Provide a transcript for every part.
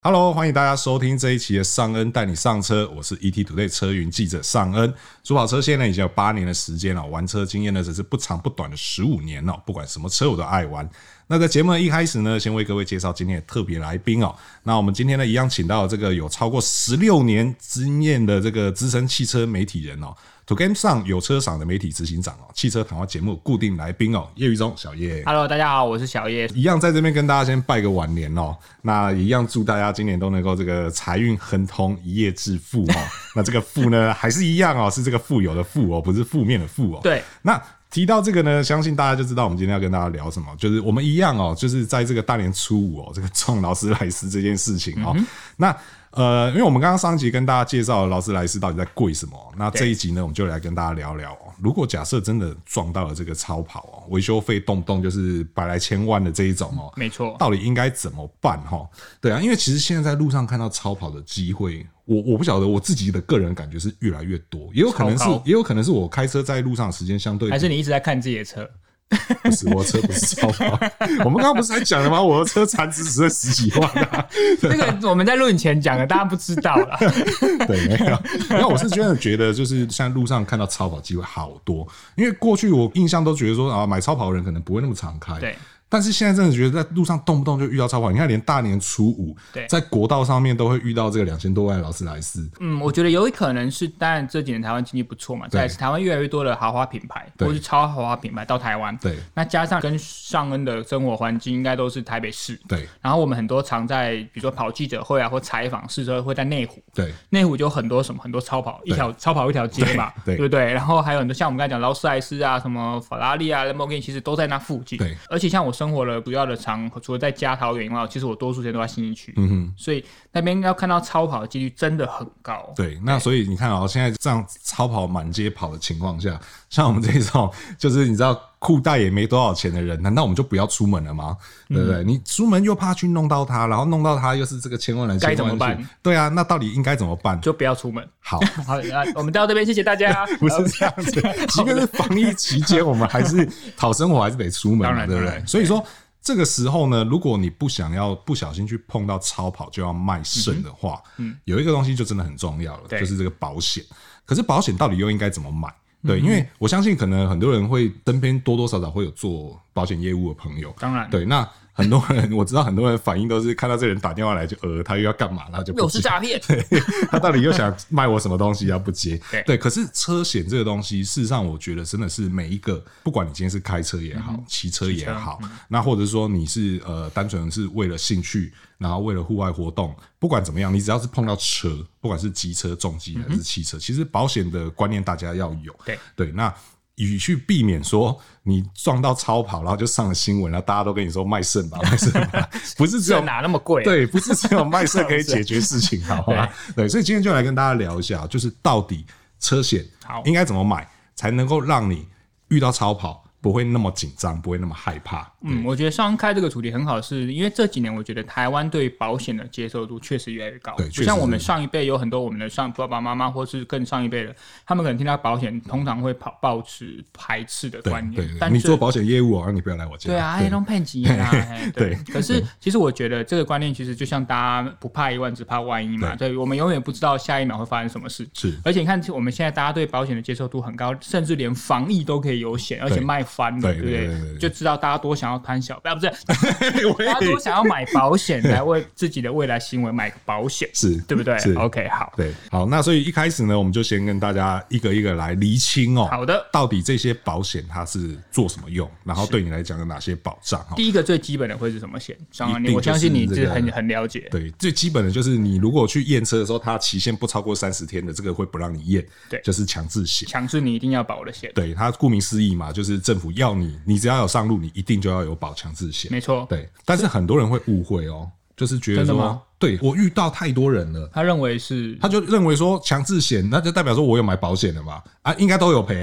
Hello， 欢迎大家收听这一期的尚恩带你上车，我是 ETtoday 车云记者尚恩。主跑车现在已经有8年的时间了，玩车经验呢只是不长不短的15年了，不管什么车我都爱玩。那在节目的一开始呢，先为各位介绍今天的特别来宾哦。那我们今天呢，一样请到这个有超过16年经验的这个资深汽车媒体人哦。Togame 上有车赏的媒体执行长哦，汽车谈话节目固定来宾哦，叶宇中小叶。 Hello， 大家好，我是小叶。 一样在这边跟大家先拜个晚年哦，那一样祝大家今年都能够这个财运亨通，一夜致富哦。那这个富呢，还是一样哦，是这个富有的富哦，不是负面的富哦。 对， 那提到这个呢，相信大家就知道我们今天要跟大家聊什么，就是我们一样哦，就是在这个大年初五哦，这个撞劳斯莱斯这件事情哦。那因为我们刚刚上一集跟大家介绍了劳斯莱斯到底在贵什么，那这一集呢，我们就来跟大家聊聊哦。如果假设真的撞到了这个超跑哦，维修费动不动就是百来千万的这一种哦， 没错， 到底应该怎么办哈？对啊，因为其实现在在路上看到超跑的机会，我不晓得，我自己的个人感觉是越来越多，也有可能是我开车在路上的时间相对， 还是你一直在看自己的车。 不是，我车不是超跑。我们刚刚不是还讲了吗？我的车残值只剩10几万啊！ 这个我们在录影前讲的，大家不知道啦。 对，没有。那我是真的觉得，就是像路上看到超跑机会好多，因为过去我印象都觉得说啊，买超跑的人可能不会那么常开。 对。 但是现在真的觉得在路上动不动就遇到超跑，你看连大年初五，在国道上面都会遇到这个2000多万的劳斯莱斯。 我觉得有可能是，当然这几年台湾经济不错嘛，再来是台湾越来越多的豪华品牌或是超豪华品牌到台湾，对，那加上跟尚恩的生活环境应该都是台北市，对，然后我们很多常在比如说跑记者会啊或采访试车会在内湖，对，内湖就有很多很多超跑，超跑一条街嘛，对不对？然后还有很多像我们刚才讲劳斯莱斯啊、什么法拉利啊、兰博基尼，其实都在那附近，对，而且像我生活的主要的除了在家桃园以外，其实我多数时间都在信义区，所以那边要看到超跑的几率真的很高。对， 那所以你看现在这样超跑满街跑的情况下，像我们这种就是你知道裤袋也没多少钱的人，难道我们就不要出门了吗？对不对？你出门又怕去弄到它，然后弄到它又是这个千万人， 该怎么办？ 对啊，那到底应该怎么办？ 就不要出门。 好， 我们到这边，谢谢大家。 不是这样子，即便是防疫期间，我们还是讨生活，还是得出门嘛，对不对？所以说这个时候呢，如果你不小心去碰到超跑就要卖肾的话，有一个东西就真的很重要了，就是这个保险。可是保险到底又应该怎么买？对，因为我相信可能很多人会身边多多少少会有做保险业务的朋友，当然，对，那很多人我知道很多人反应都是看到这人打电话来就他又要干嘛，他就不接， 又是诈骗， 他到底又想卖我什么东西，要不接，对。可是车险这个东西，事实上我觉得真的是每一个，不管你今天是开车也好，骑车也好，那或者说你是单纯是为了兴趣，然后为了户外活动，不管怎么样，你只要是碰到车，不管是机车、重机还是汽车，其实保险的观念大家要有，对，那以去避免说你撞到超跑，然后就上了新闻，然后大家都跟你说卖肾吧，卖肾吧，不是只有哪那么贵， 对，不是只有卖肾可以解决事情，好吧？对，所以今天就来跟大家聊一下，就是到底车险应该怎么买，才能够让你遇到超跑不会那么紧张，不会那么害怕。 我觉得上开这个主题很好，是因为这几年我觉得台湾对保险的接受度确实越来越高。对，不像我们上一辈有很多我们的爸爸妈妈或是更上一辈的，他们可能听到保险通常会抱持排斥的观念。 但你做保险业务你不要来我家。 对啊，弄骗钱啊。对。可是其实我觉得这个观念其实就像大家不怕1万只怕万一嘛。对，我们永远不知道下一秒会发生什么事。是。而且你看我们现在大家对保险的接受度很高，甚至连防疫都可以有险，而且卖翻了，对不对？就知道大家多想要贪小，不是，大家多想要买保险来为自己的未来行为买个保险，是对不对？OK， 好， 对，好，那所以一开始呢，我们就先跟大家一个一个来厘清好的， 到底这些保险它是做什么用，然后对你来讲有哪些保障？ 第一个最基本的会是什么险？我相信你是很了解。 对，最基本的就是你如果去验车的时候，它期限不超过30天的，这个会不让你验，对，就是强制险， 强制你一定要保的险。 对，它顾名思义嘛，就是政府要你只要有上路，你一定就要有保强制险。 没错， 对，但是很多人会误会就是觉得说，对，我遇到太多人了， 他就认为说强制险，那就代表说我有买保险了嘛，应该都有赔啊，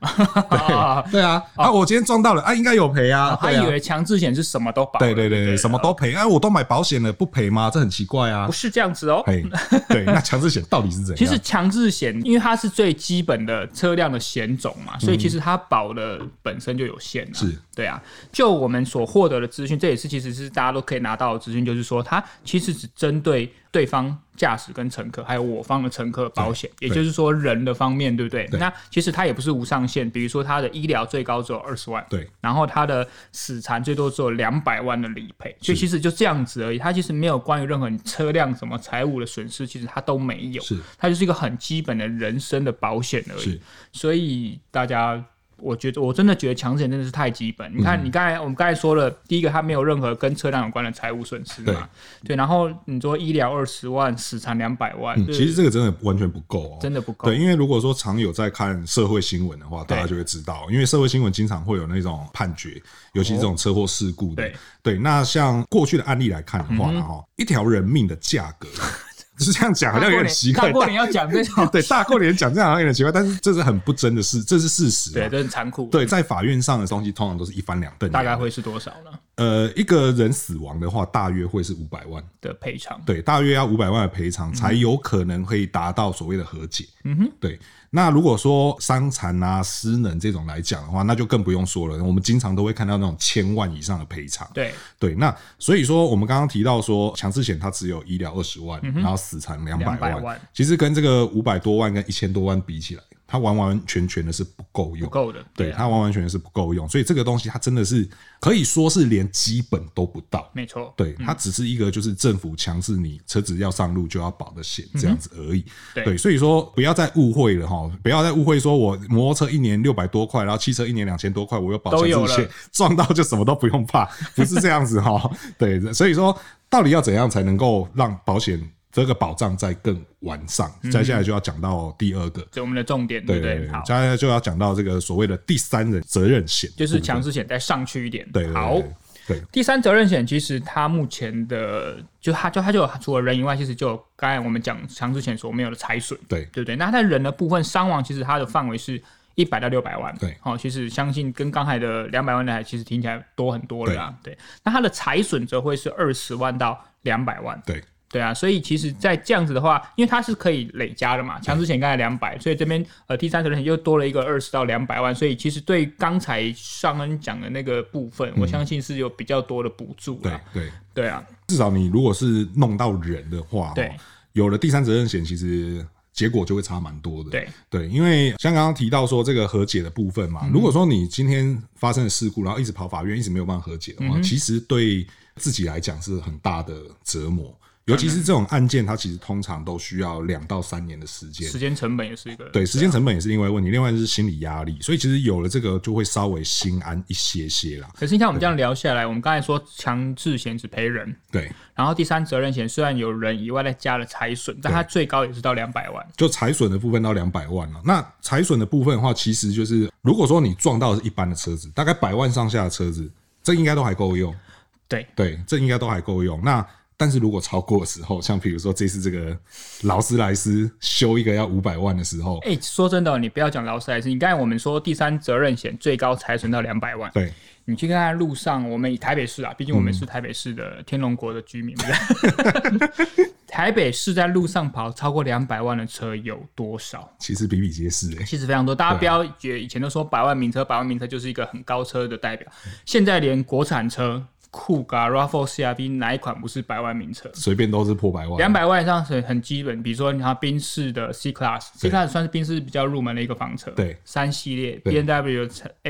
对啊，我今天撞到了应该有赔啊。 他以为强制险是什么都保， 对，什么都赔。我都买保险了，不赔吗？这很奇怪啊。 不是这样子哦。 对，那强制险到底是怎样？ 其实强制险，因为它是最基本的车辆的险种嘛，所以其实它保的本身就有限了。 是， 对啊。就我们所获得的资讯，这也是其实是大家都可以拿到的资讯，就是说它其实只针对对方驾驶跟乘客，还有我方的乘客保险，也就是说人的方面，对不对？那其实它也不是无上限，比如说它的医疗最高只有20万， 对， 然后它的死残最多只有200万的理赔，所以其实就这样子而已，它其实没有关于任何你车辆什么财务的损失，其实它都没有，它就是一个很基本的人身的保险而已，所以大家。我真的觉得强制险真的是太基本。你看，我们刚才说了，第一个它没有任何跟车辆有关的财务损失嘛，对。然后你说医疗20万，死残200万， 其实这个真的完全不够真的不够。 对，因为如果说常有在看社会新闻的话，大家就会知道，因为社会新闻经常会有那种判决，尤其这种车祸事故的。对，那像过去的案例来看的话呢，一条人命的价格。就是这样讲，好像有点奇怪。 大过年要讲这种， 对，大过年讲这样好像有点奇怪，但是这是很不争的事，这是事实。 对，这很残酷。 对，在法院上的东西通常都是一翻两瞪。 大概会是多少呢？ 一个人死亡的话，大约会是500万的赔偿。 对，大约要500万的赔偿才有可能可以达到所谓的和解。对。那如果说伤残啊、失能这种来讲的话，那就更不用说了。我们经常都会看到那种1000万以上的赔偿。对，那所以说我们刚刚提到说，强制险它只有医疗20万，然后死残200万，其实跟这个500多万跟1000多万比起来，它完完全全的是不够用， 不够的。 对，它完完全全是不够用，所以这个东西它真的是可以说是连基本都不到。 没错， 对，它只是一个就是政府强制你车子要上路就要保的险这样子而已。对，所以说不要再误会了哈，不要再误会说我摩托车1年600多块，然后汽车1年2000多块，我有保强制险，撞到就什么都不用怕，不是这样子哈。对，所以说到底要怎样才能够让保险这个保障再更完善？接下来就要讲到第二个， 这我们的重点，对不对？好， 接下来就要讲到这个所谓的第三人责任险， 就是强制险再上去一点。 对， 好。对，第三责任险其实它目前的它就有除了人以外，其实就有刚才我们讲强制险所没有的财损，对不对？那它在人的部分伤亡，其实它的范围是100到600万，对，其实相信跟刚才的200万的其实听起来多很多了啦，对。那它的财损则会是20万到200万，对啊，所以其实在这样子的话，因为它是可以累加的嘛，强制险刚才200，所以这边第三责任险又多了一个20到200万，所以其实对刚才尚恩讲的那个部分，我相信是有比较多的补助啦。对啊， 至少你如果是弄到人的话，有了第三责任险，其实结果就会差蛮多的。对，因为像刚刚提到说这个和解的部分嘛，如果说你今天发生了事故，然后一直跑法院，一直没有办法和解的话，其实对自己来讲是很大的折磨。尤其是这种案件，它其实通常都需要2到3年的时间， 时间成本也是一个对，时间成本也是另外一个问题。另外就是心理压力，所以其实有了这个就会稍微心安一些些啦。 可是你看我们这样聊下来，我们刚才说强制险只赔人， 对， 然后第三责任险虽然有人以外再加了财损，但它最高也是到200万， 就财损的部分到200万了。那财损的部分的话，其实就是如果说你撞到的是一般的车子，大概100万上下的车子，这应该都还够用。对，这应该都还够用。但是如果超过的时候，像比如说这次这个劳斯莱斯修一个要500万的时候， 说真的，你不要讲劳斯莱斯，你刚才我们说第三责任险最高财损到200万，对，你去看看路上，我们以台北市啊，毕竟我们是台北市的天龙国的居民，台北市在路上跑超过200万的车有多少？ 其实比比皆是， 其实非常多。大家不要觉得以前都说100万名车就是一个很高车的代表，现在连国产车。酷咖 RAV4 CR-V 哪一款不是100万名车？ 随便都是破100万 ，200万以上是很基本。比如说，你看宾士的 C Class 算是宾士比较入门的一个房车。对，3系列 BMW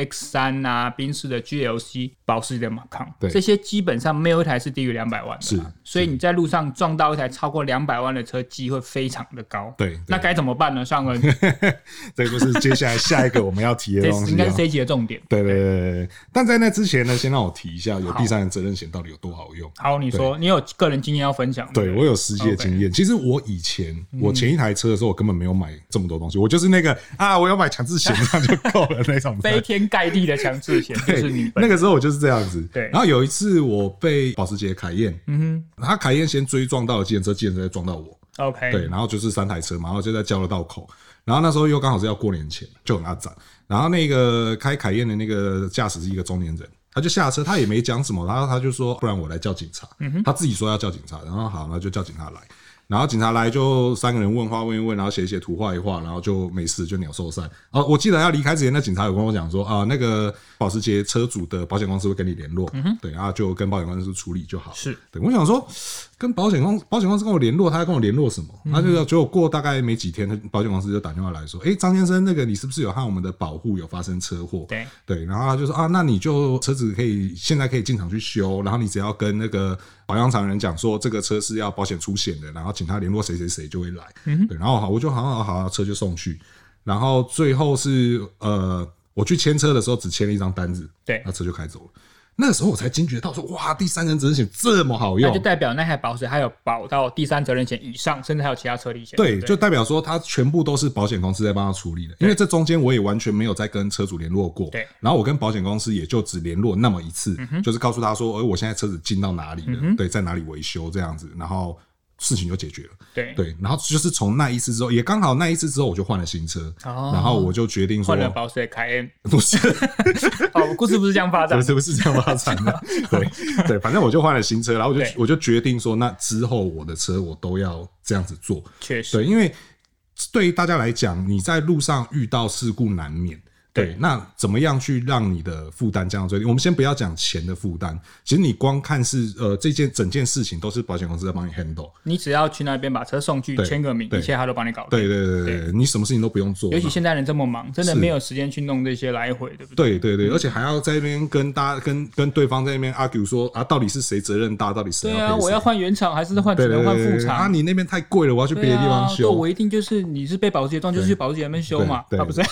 X3 啊，宾士的 GLC， 保时捷的 Macan， 这些基本上没有一台是低于200万的。是，所以你在路上撞到一台超过200万的车，机会非常的高。对，那该怎么办呢？尚恩， 这个就是接下来下一个我们要提的东西， 应该是这一集的重点。 对。但在那之前呢，先让我提一下有第三人责任险到底有多好用。 好，你说你有个人经验要分享？ 对，我有实际的经验。其实我以前我前一台车的时候，我根本没有买这么多东西，我就是那个我有买强制险这样就够了那种飞天盖地的强制险，就是你那个时候我就是这样子。对，然后有一次我被保时捷凯宴，他凯宴先追撞到了计程车，计程车再撞到我。OK， 对，然后就是3台车嘛，然后就在交流道口。 然后那时候又刚好是要过年前，就很阿展。然后那个开凯宴的那个驾驶是一个中年人，他就下车，他也没讲什么，然后他就说不然我来叫警察，他自己说要叫警察，然后好，那就叫警察来。然后警察来就3个人问话问一问，然后写一写图画一画，然后就没事，就鸟兽散。我记得要离开之前，那警察有跟我讲说那个保时捷车主的保险公司会跟你联络，对，然后就跟保险公司处理就好。 是， 对，我想说跟保险公司跟我联络，他要跟我联络什么？他就结果过大概没几天，保险公司就打电话来说，张先生，那个你是不是有和我们的保护有发生车祸？对，然后他就说那你就车子现在可以进厂去修，然后你只要跟那个保养厂人讲说这个车是要保险出险的，然后请他联络谁谁谁就会来。对，然后好，我就好，车就送去，然后最后是我去签车的时候只签了一张单子， 对， 那车就开走了。那个时候我才惊觉到说，哇，第三人责任险这么好用， 那就代表那台保时还有保到第三责任险以上，甚至还有其他车力险。 对，就代表说它全部都是保险公司在帮他处理的，因为这中间我也完全没有再跟车主联络过。 对， 然后我跟保险公司也就只联络那么一次，就是告诉他说，我现在车子进到哪里了，对，在哪里维修这样子，然后事情就解决了。对，然后就是从那一次之后，也刚好那一次之后，我就换了新车，然后我就决定说换了保时捷凯宴， 不是， 故事不是这样发展， 不是这样发展的。对，反正我就换了新车，然后我就决定说，那之后我的车我都要这样子做。 确实， 对，因为对于大家来讲，你在路上遇到事故难免。对，那怎么样去让你的负担降到最低？我们先不要讲钱的负担，其实你光看是整件事情都是保险公司在帮你 handle， 你只要去那边把车送去签个名，一切他都帮你搞定。 对，你什么事情都不用做。 尤其现在人这么忙，真的没有时间去弄这些来回，对不对？ 对，而且还要在那边跟对方在那边 argue 说到底是谁责任大，到底谁要赔谁？ 对啊，我要换原厂还是只能换副厂？ 你那边太贵了，我要去别的地方修。 我一定就是你是被保时捷撞，就是去保时捷那边修嘛，不是？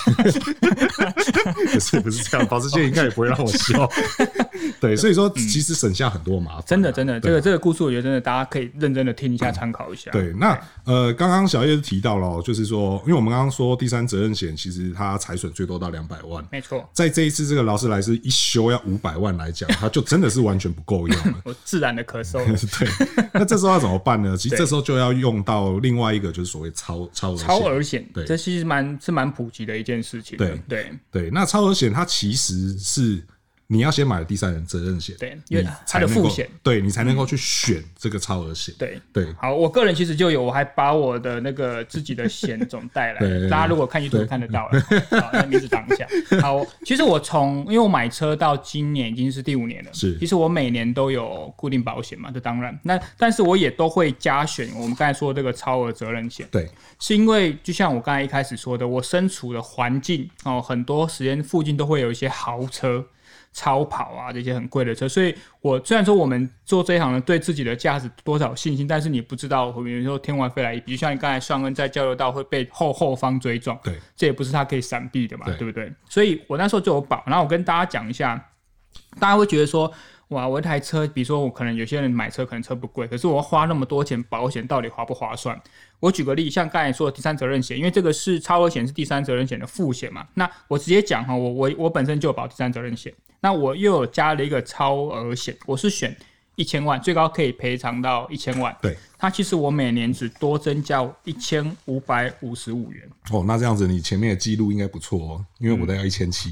不是这样，保时捷应该也不会让我修。对，所以说其实省下很多麻烦。 真的，这个故事我觉得真的大家可以认真的听一下，参考一下。 对，那刚刚小叶提到了，就是说，因为我们刚刚说第三责任险其实它财损最多到200万， 没错。 在这一次这个劳斯莱斯一修要500万来讲，它就真的是完全不够用了。 我自然的咳嗽。 对，那这时候要怎么办呢？其实这时候就要用到另外一个，就是所谓超额险。 对，这其实蛮普及的一件事情。 对，那超额险它其实是你要先买了第三人责任险， 对，因为它的附险， 对，你才能够去选这个超额险。对， 好，我个人其实就有，我还把我的那个自己的险种带来，大家如果看 YouTube 看得到了，好，那名字挡一下。好，其实因为我买车到今年已经是第5年了， 是， 其实我每年都有固定保险嘛，这当然，但是我也都会加选我们刚才说的这个超额责任险， 对， 是因为就像我刚才一开始说的，我身处的环境很多时间附近都会有一些豪车。超跑啊，这些很贵的车，所以我虽然说我们做这一行呢，对自己的价值多少信心，但是你不知道，有时候天外飞来一笔，就像你刚才上恩在交流道会被后方追撞， 对， 这也不是他可以闪避的嘛，对不对？所以我那时候就有保，然后我跟大家讲一下，大家会觉得说，哇，我一台车，比如说我可能有些人买车可能车不贵，可是我要花那么多钱保险，到底划不划算？我举个例，像刚才说的第三责任险，因为这个是超额险，是第三责任险的附险嘛。那我直接讲哈，我本身就有保第三责任险，那我又有加了一个超额险，我是选1000万，最高可以赔偿到1000万。 对， 它其实我每年只多增加1555元。 那这样子你前面的记录应该不错哦，因为我都要1700。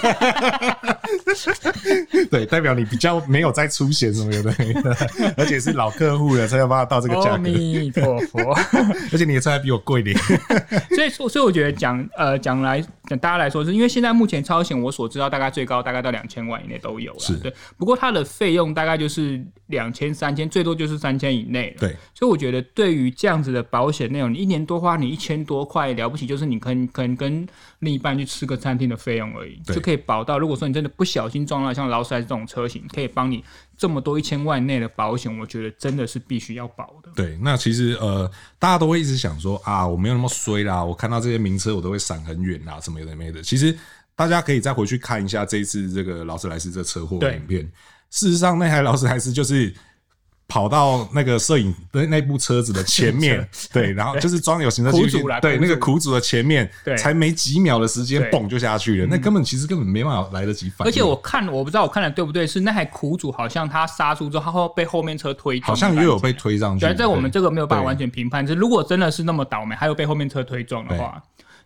对，代表你比较没有在出险什么的，而且是老客户了才有办法到这个价格。阿弥陀佛， 而且你的车还比我贵点。 所以我觉得讲大家来说，是因为现在目前超险我所知道大概最高大概到2000万以内都有了，是，对。不过它的费用大概就是2000、3000，最多就是3000以内了。 对， 所以我觉得对于这样子的保险内容，你一年多花你1000多块，了不起就是你可能跟另一半去吃个餐厅的费用而已，就可以保到。如果说你真的不小心撞到像劳斯莱斯这种车型，可以帮你这么多1000万内的保险，我觉得真的是必须要保的。 对，那其实大家都会一直想说我没有那么衰啦，我看到这些名车我都会闪很远啦，什么有的没的。其实大家可以再回去看一下这一次这个劳斯莱斯这车祸的影片。事实上，那台劳斯莱斯就是跑到那个摄影的那部车子的前面，对，然后就是装有行车记录器，对，那个苦主的前面，才没几秒的时间，蹦就下去了。那根本没办法来得及反应。 而且我不知道我看的对不对，是那台苦主好像他刹住之后，他会被后面车推撞， 好像也有被推上去。 对，在我们这个没有办法完全评判，如果真的是那么倒霉，他又被后面车推撞的话。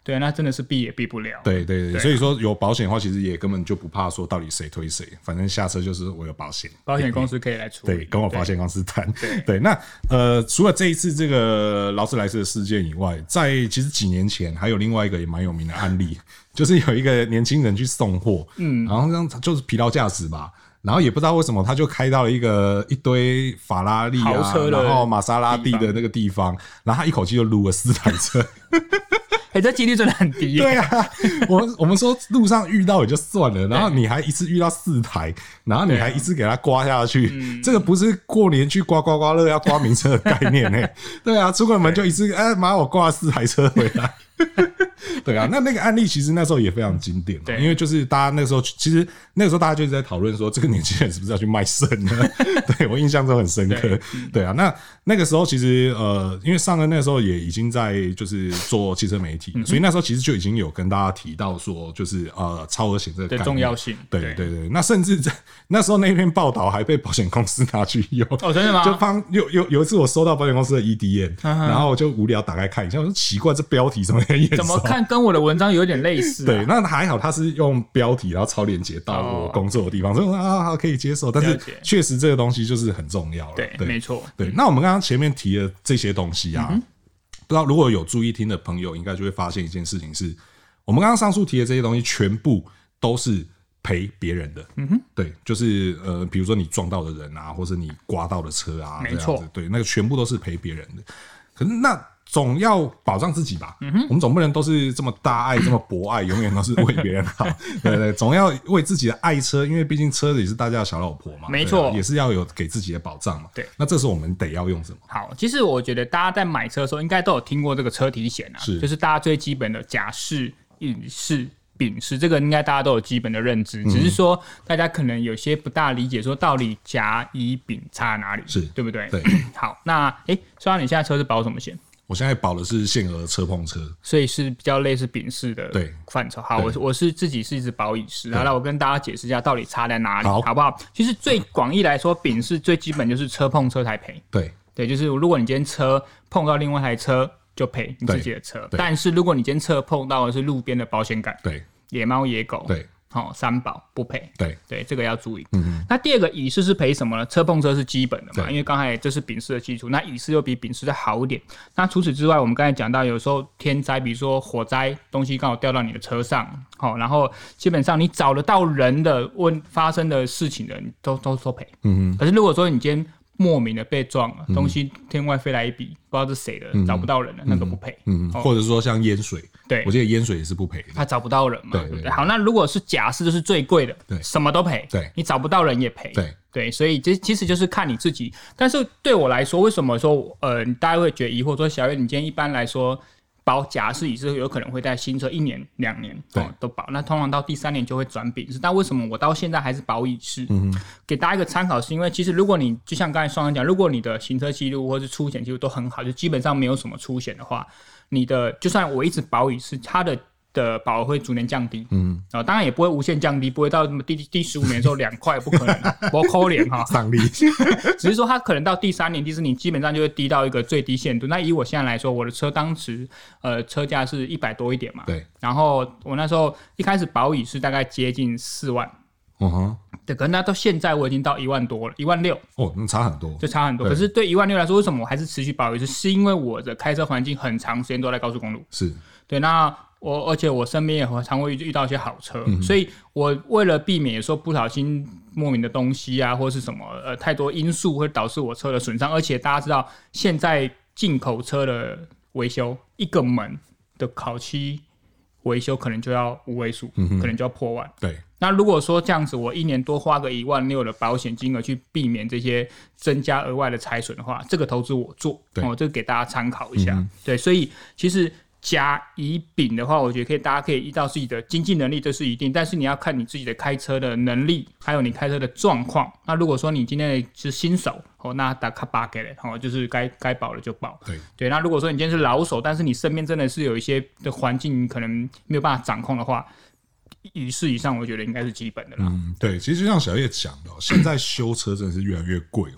对，那真的是避也避不了。 对对 对，所以说有保险的话，其实也根本就不怕说到底谁推谁，反正下车就是我有保险， 保险公司可以来处理。 对，跟我保险公司谈。对，那除了这一次这个劳斯莱斯的事件以外，在其实几年前还有另外一个也蛮有名的案例，就是有一个年轻人去送货，然后就是疲劳驾驶吧。然后也不知道为什么，他就开到了一堆法拉利啊，然后玛莎拉蒂的那个地方，然后他一口气就撸了4台车。 这几率真的很低。 对啊，我们说路上遇到也就算了，然后你还一次遇到4台，然后你还一次给他刮下去，这个不是过年去刮刮刮乐要刮名车的概念欸。对啊，出个门就一次，妈，我刮了4台车回来。对啊，那个案例其实那时候也非常经典，因为就是大家那个时候，其实那个时候大家就一直在讨论说，这个年轻人是不是要去卖肾呢？对，我印象中很深刻。对啊，那个时候其实因为尚恩那个时候也已经在就是做汽车媒体，所以那时候其实就已经有跟大家提到说，就是超额险这个概念重要性。 对，那甚至那时候那篇报道还被保险公司拿去用。 哦，真的吗？ 就有一次我收到保险公司的 EDM，然后我就无聊打开看一下，我说奇怪，这标题怎么很眼熟？ 怎么看跟我的文章有点类似？ 对，那还好他是用标题然后超连结到我工作的地方，所以好可以接受。但是确实这个东西就是很重要了。 对，没错。 对，那我们刚刚前面提的这些东西啊，不知道如果有注意听的朋友，应该就会发现一件事情是，我们刚刚上述提的这些东西全部都是赔别人的。对，就是比如说你撞到的人啊，或是你刮到的车啊， 没错， 对，那个全部都是赔别人的。可是那总要保障自己吧，我们总不能都是这么大爱、这么博爱，永远都是为别人好，对，总要为自己的爱车，因为毕竟车子也是大家的小老婆嘛， 没错， 也是要有给自己的保障嘛。 对， 那这时候我们得要用什么？ 好，其实我觉得大家在买车的时候，应该都有听过这个车体险啊，就是大家最基本的甲式、乙式、丙式，这个应该大家都有基本的认知，只是说大家可能有些不大理解，说到底甲、乙、丙差哪里，是对不对？对。好，那说到你现在车是保什么险？ 我现在保的是限额车碰车， 所以是比较类似丙式的范畴。好，我是自己是一直保乙式，好，那我跟大家解释一下到底差在哪里，好不好？其实最广义来说，丙式最基本就是车碰车才赔。对，就是如果你今天车碰到另外一台车，就赔你自己的车。但是如果你今天车碰到的是路边的保险杆，野猫野狗，三保不赔。对，这个要注意。那第二个乙式是赔什么呢？车碰车是基本的嘛，因为刚才这是丙式的基础，那乙式又比丙式再好一点。那除此之外，我们刚才讲到，有时候天灾，比如说火灾，东西刚好掉到你的车上，然后基本上你找得到人的发生的事情的，你都赔。可是如果说你今天莫名的被撞了，东西天外飞来一笔，不知道是谁的，找不到人了，那个不赔。 或者说像淹水，对，我记得淹水也是不赔的， 他找不到人嘛。对。好，那如果是甲式，就是最贵的，什么都赔。对，你找不到人也赔。对，所以其实就是看你自己。但是对我来说，为什么说大家会觉得疑惑，说小月，你今天一般来说保甲式乙式有可能会在新车1年2年都保，那通常到第3年就会转丙式。但为什么我到现在还是保乙式？给大家一个参考，是因为其实如果你就像刚才双人讲，如果你的行车记录或是出险记录都很好，就基本上没有什么出险的话，你的就算我一直保乙式，它的保额会逐年降低，当然也不会无限降低，不会到第15年的时候2块，不可能，不可怜哈， 上力， 只是说它可能到第3年、第4年基本上就会低到一个最低限度。那以我现在来说，我的车当时车价是100多一点嘛，对，然后我那时候一开始保乙是大概接近4万。对，可是那到现在我已经到1万多了，16000 哦，那差很多， 就差很多。可是对16000来说，为什么我还是持续保乙式？是因为我的开车环境很长时间都在高速公路，是对。那而且我身边也常会遇到一些好车，所以我为了避免说不小心莫名的东西啊，或是什么太多因素会导致我车的损伤。而且大家知道，现在进口车的维修，一个门的烤漆维修可能就要5位数，可能就要破万。对。那如果说这样子，我1年多花个16000的保险金额去避免这些增加额外的财损的话，这个投资我做，这个给大家参考一下。对，所以其实甲乙丙的话，我觉得大家可以依照自己的经济能力，这是一定，但是你要看你自己的开车的能力，还有你开车的状况。那如果说你今天是新手，那打卡巴给了，就是该保的就保。对，那如果说你今天是老手，但是你身边真的是有一些的环境可能没有办法掌控的话，乙式以上，我觉得应该是基本的啦。 对，其实就像小叶讲的，现在修车真的是越来越贵。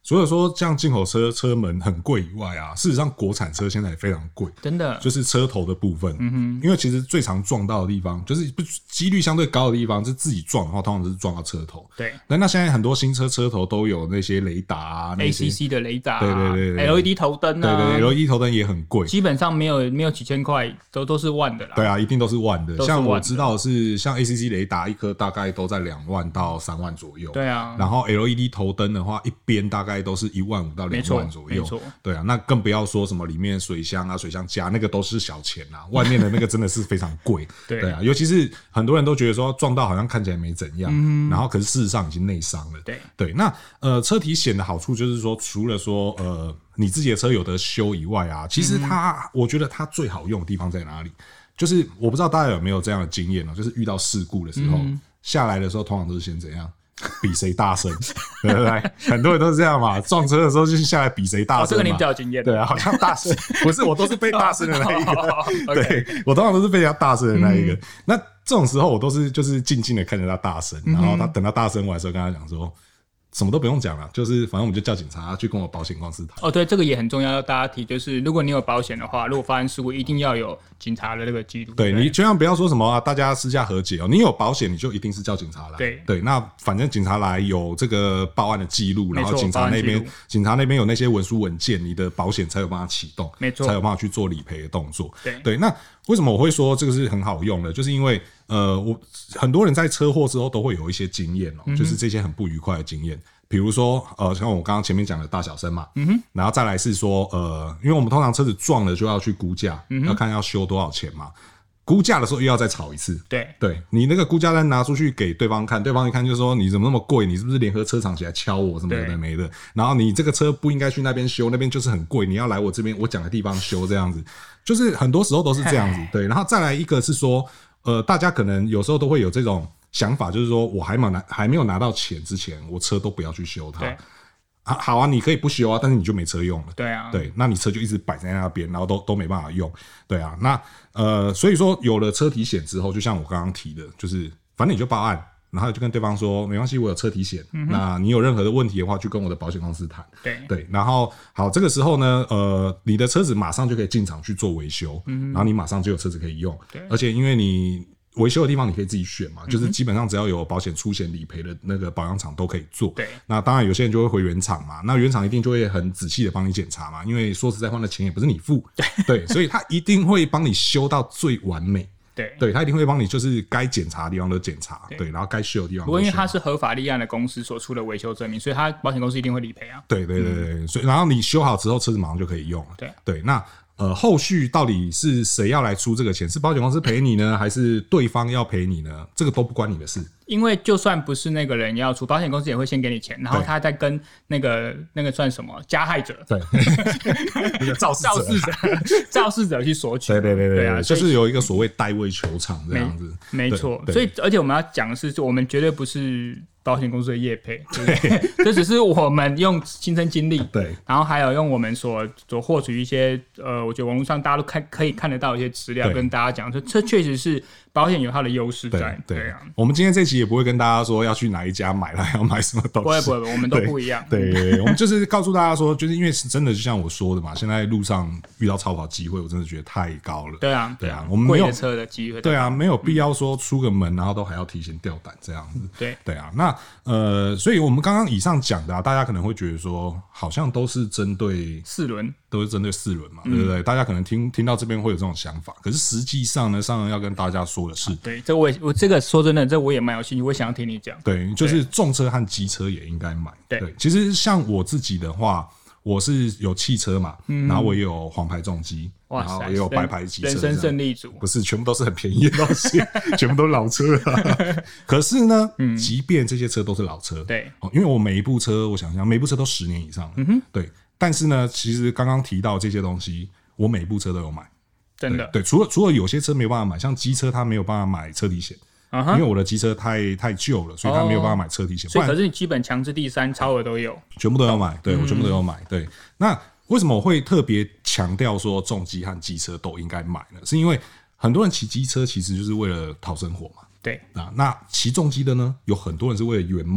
除了说像进口车车门很贵以外啊，事实上国产车现在也非常贵， 真的， 就是车头的部分。因为其实最常撞到的地方，就是几率相对高的地方，是自己撞的话，通常都是撞到车头。 对， 那现在很多新车车头都有那些雷达啊 ，ACC 的雷达， 对 ，LED 头灯啊， 对 ，LED 头灯也很贵， 基本上没有几千块，都是万的啦。 对啊，一定都是万的。像我知道的是，像 ACC 雷达一颗大概都在2万到3万左右。 对啊， 然后 LED 头灯的话，一边大概都是1万5到2万左右。 没错， 对啊，那更不要说什么里面水箱啊、水箱架那个都是小钱啊，外面的那个真的是非常贵。对啊，尤其是很多人都觉得说撞到好像看起来没怎样，然后可是事实上已经内伤了。对，那车体险的好处就是说，除了说你自己的车有得修以外啊，其实我觉得它最好用的地方在哪里？就是我不知道大家有没有这样的经验就是遇到事故的时候，下来的时候通常都是先怎样？比谁大声，对不对？很多人都是这样嘛，撞车的时候就是下来比谁大声嘛。 这个你比较有经验。 对啊，好像大声，不是我都是被大声的那一个。对，我通常都是被人家大声的那一个。那这种时候我都是就是静静的看着他大声，然后等他大声完的时候跟他讲说。什么都不用讲了，就是反正我们就叫警察去跟我保险公司谈。 对，这个也很重要，要大家提，就是如果你有保险的话，如果发生事故，一定要有警察的那个记录。 对，你千万不要说什么大家私下和解你有保险，你就一定是叫警察来。对，那反正警察来有这个报案的记录，然后警察那边有那些文书文件，你的保险才有办法启动， 没错， 才有办法去做理赔的动作。对，那为什么我会说这个是很好用的？就是因为我很多人在车祸之后都会有一些经验就是这些很不愉快的经验。比如说像我刚刚前面讲的大小声嘛，然后再来是说因为我们通常车子撞了就要去估价，要看要修多少钱嘛。估价的时候又要再吵一次， 对， 你那个估价单拿出去给对方看，对方一看就说你怎么那么贵，你是不是联合车厂起来敲我什么的没的，然后你这个车不应该去那边修，那边就是很贵，你要来我这边我讲的地方修，这样子就是很多时候都是这样子。对，然后再来一个是说大家可能有时候都会有这种想法，就是说我还没有拿到钱之前，我车都不要去修它。好啊，你可以不修啊，但是你就没车用了。对，那你车就一直摆在那边，然后都没办法用。对啊，那所以说有了车体险之后，就像我刚刚提的，就是反正你就报案，然后就跟对方说没关系，我有车体险，那你有任何的问题的话，就跟我的保险公司谈。对，然后好，这个时候呢，你的车子马上就可以进场去做维修，然后你马上就有车子可以用，而且因为你维修的地方你可以自己选嘛，就是基本上只要有保险出险理赔的那个保养厂都可以做。那当然有些人就会回原厂嘛，那原厂一定就会很仔细的帮你检查嘛，因为说实在话，那钱也不是你付，对，所以他一定会帮你修到最完美。对，他一定会帮你，就是该检查的地方都检查，对，然后该修的地方都修。不过因为他是合法立案的公司所出的维修证明，所以他保险公司一定会理赔啊。 对，所以然后你修好之后，车子马上就可以用了。对，那后续到底是谁要来出这个钱？是保险公司赔你呢，还是对方要赔你呢？这个都不关你的事。 因为就算不是那个人要出，保险公司也会先给你钱，然后他再跟那个算什么加害者， 对，那个肇事者去索取。 对啊，就是有一个所谓代位求偿这样子。 没错，所以而且我们要讲的是，我们绝对不是保险公司的业配，对不对？这只是我们用亲身经历， 对， 然后还有用我们所获取一些我觉得网络上大家都可以看得到一些资料，跟大家讲说，这确实是保险有它的优势在。对啊， 我们今天这期也不会跟大家说要去哪一家买了，要买什么东西， 不会，我们都不一样。 对，我们就是告诉大家说，就是因为是真的，就像我说的嘛，现在路上遇到超跑机会，我真的觉得太高了。 对啊， 我们没有贵的车的机会。 对啊，没有必要说出个门，然后都还要提前吊胆这样子。对啊，那所以我们刚刚以上讲的大家可能会觉得说，好像都是针对 4轮， 都是针对4轮嘛，对不对？大家可能听到这边会有这种想法，可是实际上呢，上人要跟大家说的是， 对，我这个说真的，这我也蛮有兴趣，我想要听你讲。 对，就是重车和机车也应该买。对，其实像我自己的话，我是有汽车嘛，然后我也有黄牌重机，然后也有白牌机车， 人生胜利组， 不是全部都是很便宜的东西，全部都是老车啊。可是呢，即便这些车都是老车， 对， 因为我每一部车，我想想，每一部车都10年以上了，对。但是呢，其实刚刚提到这些东西，我每一部车都有买， 真的。 对，除了有些车没有办法买，像机车它没有办法买车体险。因为我的机车太旧了，所以他没有办法买车体险。 所以可是你基本强制第3超额都有， 全部都要买。对，我全部都要买。对，那为什么我会特别强调说重机和机车都应该买呢？是因为很多人骑机车其实就是为了讨生活嘛。 对， 那骑重机的呢，有很多人是为了圆梦。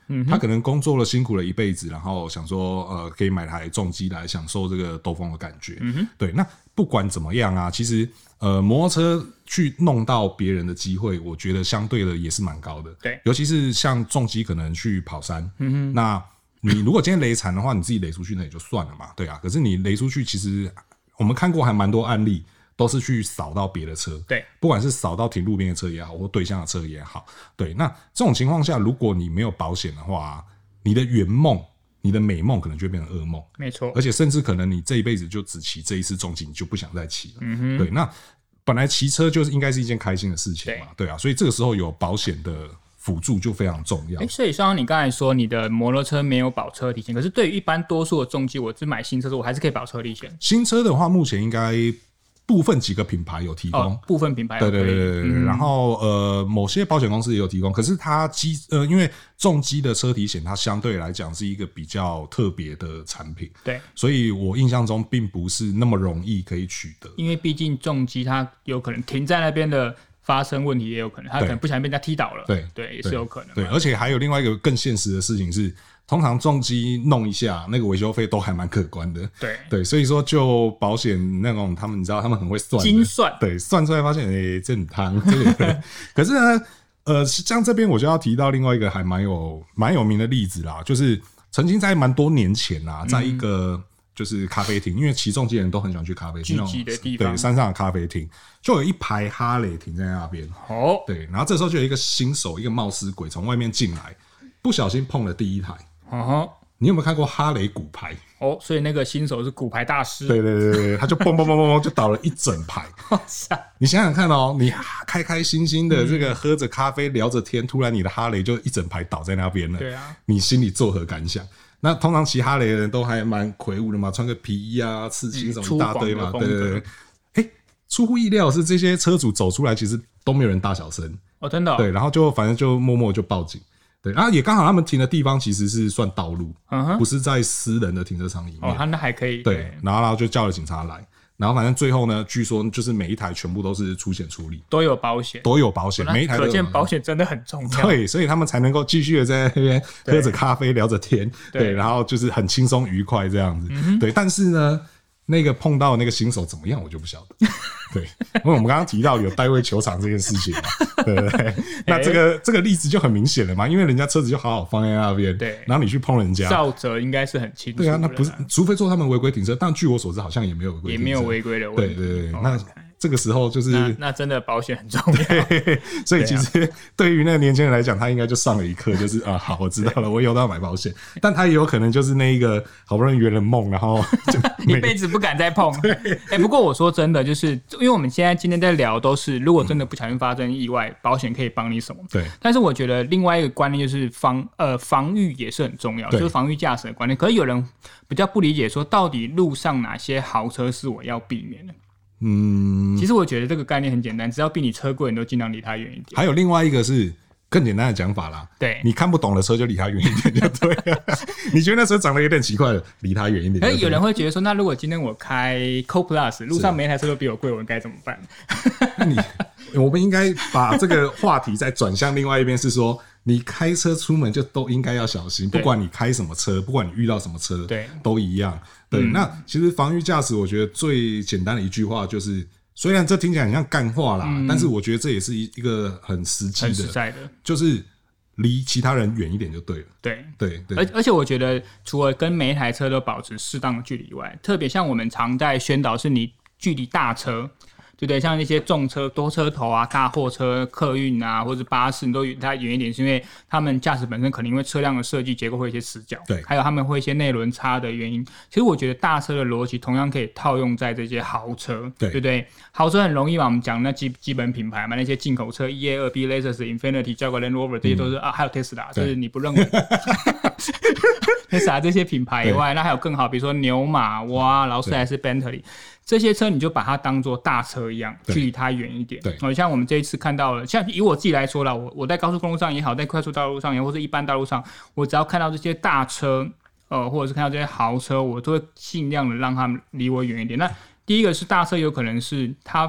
他可能工作了辛苦了一辈子，然后想说可以买台重机来享受这个兜风的感觉。对，那不管怎么样啊，其实摩托车去弄到别人的机会，我觉得相对的也是蛮高的。 对， 尤其是像重机可能去跑山，那你如果今天雷残的话，你自己雷出去那也就算了嘛，对啊。可是你雷出去，其实我们看过还蛮多案例，都是去扫到别的车， 对， 不管是扫到停路边的车也好，或对向的车也好，对。那这种情况下，如果你没有保险的话，你的圆梦、你的美梦可能就会变成噩梦， 没错。 而且甚至可能你这一辈子就只骑这一次重机，你就不想再骑了。对。那本来骑车就是应该是一件开心的事情嘛，对啊。所以这个时候有保险的辅助就非常重要。 所以像你刚才说你的摩托车没有保车体险，可是对于一般多数的重机，我只买新车的时候我还是可以保车体险。 新车的话目前应该部分几个品牌有提供， 部分品牌有对，然后某些保险公司也有提供，可是它因为重机的车体险它相对来讲是一个比较特别的产品， 对， 所以我印象中并不是那么容易可以取得， 因为毕竟重机它有可能停在那边的发生问题也有可能，它可能不小心被人家踢倒了，对，也是有可能。 对，而且还有另外一个更现实的事情是，通常重机弄一下，那个维修费都还蛮可观的。对，所以说就保险那种，他们你知道他们很会算精算， 对，算出来发现这很汤，可是呢，像这边我就要提到另外一个还蛮有名的例子啦，就是曾经在蛮多年前啊，在一个就是咖啡厅，因为骑重机的人都很喜欢去咖啡厅， 聚集的地方， 对，山上的咖啡厅就有一排哈雷停在那边。对，然后这时候就有一个新手，一个冒失鬼从外面进来，不小心碰了第一台。你有没有看过哈雷骨牌？ 所以那个新手是骨牌大师。 对，他就蹦蹦蹦蹦蹦就倒了一整排。你想想看哦，你开开心心的这个喝着咖啡聊着天，突然你的哈雷就一整排倒在那边了。 对啊， 你心里作何感想？那通常骑哈雷的人都还蛮魁梧的嘛，穿个皮衣啊、刺青什么一大堆嘛，对。出乎意料是这些车主走出来，其实都没有人大小声。 真的。 对，然后就反正就默默就报警。对，然后也刚好他们停的地方其实是算道路，不是在私人的停车场里面。 那还可以。 对，然后就叫了警察来，然后反正最后呢，据说就是每一台全部都是出险处理， 都有保险， 每一台都有。 可见保险真的很重要。 对，所以他们才能够继续的在那边喝着咖啡聊着天，对，然后就是很轻松愉快这样子。对，但是呢，那个碰到那个新手怎么样，我就不晓得。对，因为我们刚刚提到有代位球场这件事情嘛，对不对？那这个例子就很明显了嘛，因为人家车子就好好放在那边，对，然后你去碰人家， 肇责应该是很清楚的。 对啊，那不是，除非说他们违规停车，但据我所知好像也没有违规停车， 也没有违规的问题。 对，那这个时候就是那真的保险很重要。 所以其实对于那个年轻人来讲，他应该就上了一课，就是好，我知道了，我以后都要买保险。但他也有可能就是那一个好不容易圆了梦，然后就一辈子不敢再碰。不过我说真的，就是因为我们现在今天在聊都是，如果真的不小心发生意外，保险可以帮你什么？ 对。 但是我觉得另外一个观念就是防御也是很重要，就是防御驾驶的观念。可是有人比较不理解，说到底路上哪些豪车是我要避免的？其实我觉得这个概念很简单，只要比你车贵，你都尽量离它远一点。 还有另外一个是更简单的讲法啦， 对， 你看不懂的车就离它远一点就对了。你觉得那车长得有点奇怪的，离它远一点。 有人会觉得说，那如果今天我开 Co-Plus， 路上每一台车都比我贵，我应该怎么办？ 我们应该把这个话题再转向另外一边，是说你开车出门就都应该要小心，不管你开什么车，不管你遇到什么车，对，都一样。对，那其实防御驾驶，我觉得最简单的一句话就是，虽然这听起来很像干话啦，但是我觉得这也是一个很实际的， 很实在的， 就是离其他人远一点就对了。对， 而且我觉得，除了跟每一台车都保持适当的距离以外，特别像我们常在宣导，是你距离大车。对不对？像那些重车、多车头啊、大货车、客运啊，或者巴士，你都离它远一点，是因为他们驾驶本身可能因为车辆的设计结构会有一些死角，对，还有他们会一些内轮差的原因。其实我觉得大车的逻辑同样可以套用在这些豪车，对不对？豪车很容易嘛，我们讲那基本品牌嘛，那些进口车 EA2B、Lexus、Infiniti、Jaguar Land Rover 这些都是还有 Tesla， 就是你不认为Tesla 这些品牌以外，那还有更好，比如说牛马、劳斯莱斯、Bentley。这些车你就把它当作大车一样，距离它远一点。对，像我们这一次看到了，像以我自己来说啦，我在高速公路上也好，在快速道路上也好，或是一般道路上，我只要看到这些大车，或者是看到这些豪车，我都会尽量的让他们离我远一点。那第一个是大车，有可能是它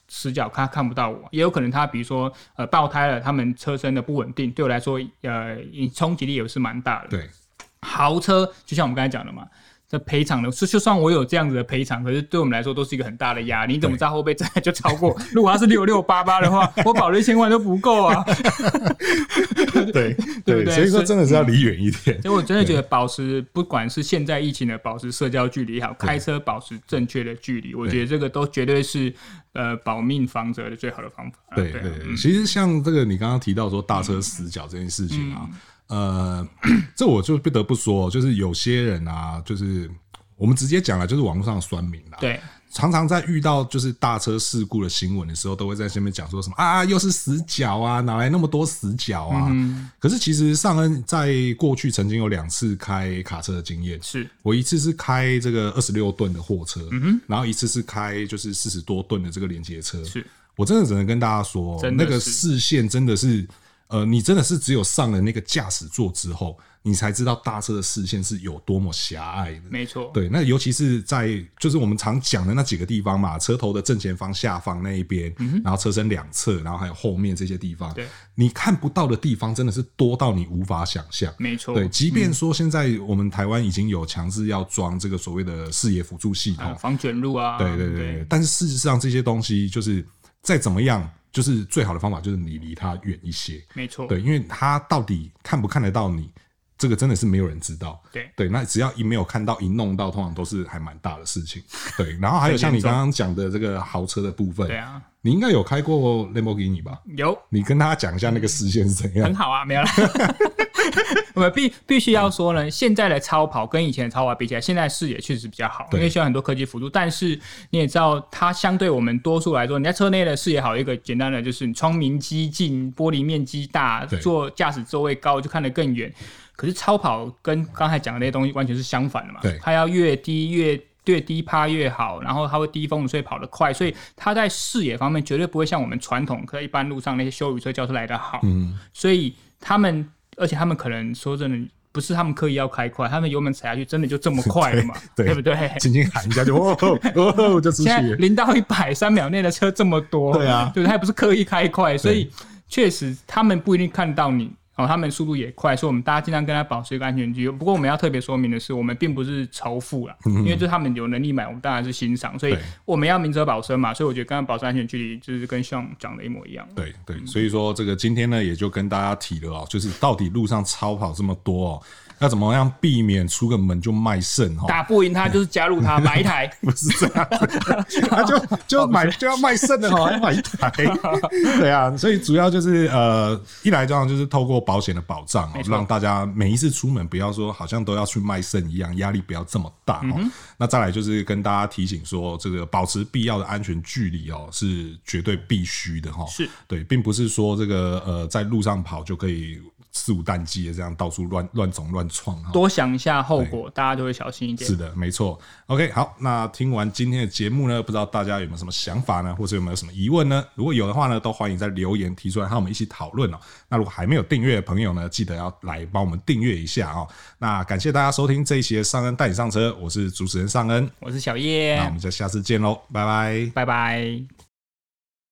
死角他看不到我，也有可能他比如说爆胎了，他们车身的不稳定，对我来说冲击力也是蛮大的。 对， 豪车就像我们刚才讲的嘛，这赔偿的，就算我有这样子的赔偿，可是对我们来说都是一个很大的压力。你怎么知道会不会真的就超过？如果它是6688的话，我保了1000万都不够啊。 对对不对？所以说真的是要离远一点。 所以我真的觉得保持，不管是现在疫情的保持社交距离也好，开车保持正确的距离，我觉得这个都绝对是保命防责的最好的方法。 对对，其实像这个你刚刚提到说大车死角这件事情啊。这我就不得不说，就是有些人啊，就是我们直接讲了，就是网络上的酸民啦。 对， 常常在遇到就是大车事故的新闻的时候，都会在下面讲说什么啊，又是死角啊，哪来那么多死角啊？可是其实尚恩在过去曾经有2次开卡车的经验， 是我一次是开这个26吨的货车，然后一次是开就是40多吨的这个连接车。是我真的只能跟大家说，那个视线真的是。你真的是只有上了那个驾驶座之后，你才知道大车的视线是有多么狭隘的。 没错， 对，那尤其是在就是我们常讲的那几个地方嘛，车头的正前方、下方那一边，然后车身两侧，然后还有后面这些地方，对，你看不到的地方真的是多到你无法想象。 没错， 对，即便说现在我们台湾已经有强制要装这个所谓的视野辅助系统， 防卷入啊， 对对 对，但是事实上这些东西就是再怎么样。就是最好的方法就是你离他远一些， 没错， 对，因为他到底看不看得到你，这个真的是没有人知道，对，那只要一没有看到，一弄到，通常都是还蛮大的事情，对。然后还有像你刚刚讲的这个豪车的部分，对啊，你应该有开过 Lamborghini 吧？ 有， 你跟大家讲一下那个视线是怎样？ 很好啊，没有啦。我们必须要说呢，现在的超跑跟以前的超跑比起来，现在视野确实比较好，因为需要很多科技辅助。但是你也知道，它相对我们多数来说，你在车内的视野好，一个简单的就是你窗明几净，玻璃面积大，坐驾驶座位高就看得更远。可是超跑跟刚才讲的那些东西完全是相反的嘛，它要越低越低趴越好，然后它会低风所以跑得快，所以它在视野方面绝对不会像我们传统在一般路上那些休旅车轿车来得好。所以而且他们可能说真的，不是他们刻意要开快，他们油门踩下去真的就这么快了嘛，对不对？ 轻轻喊一下就就出去了。 现在0到100 3秒内的车这么多， 对啊， 对，他也不是刻意开快，所以确实他们不一定看到你。他们速度也快，所以我们大家尽量跟他保持一个安全距离。不过我们要特别说明的是，我们并不是仇富啦，因为这他们有能力买，我们当然是欣赏，所以我们要明哲保身嘛。所以我觉得刚刚保持安全距离，就是跟像讲的一模一样。 对对，所以说这个今天呢，也就跟大家提了就是到底路上超跑这么多要怎么样避免出个门就卖肾打不赢他就是加入他买一台， 不是这样，他就买就要卖肾的还买一台，对啊，所以主要就是一来这样就是透过保险的保障让大家每一次出门不要说好像都要去卖肾一样，压力不要这么大那再来就是跟大家提醒说，这个保持必要的安全距离是绝对必须的是对，并不是说这个在路上跑就可以肆无忌惮的这样到处乱走乱撞， 多想一下后果，大家就会小心一点。 是的，没错。OK， 好，那听完今天的节目呢，不知道大家有没有什么想法呢，或者有没有什么疑问呢？如果有的话呢，都欢迎在留言提出来，和我们一起讨论那如果还没有订阅的朋友呢，记得要来帮我们订阅一下那感谢大家收听这一期的尚恩带你上车，我是主持人尚恩， 我是小叶， 那我们就下次见喽，拜拜， 拜拜。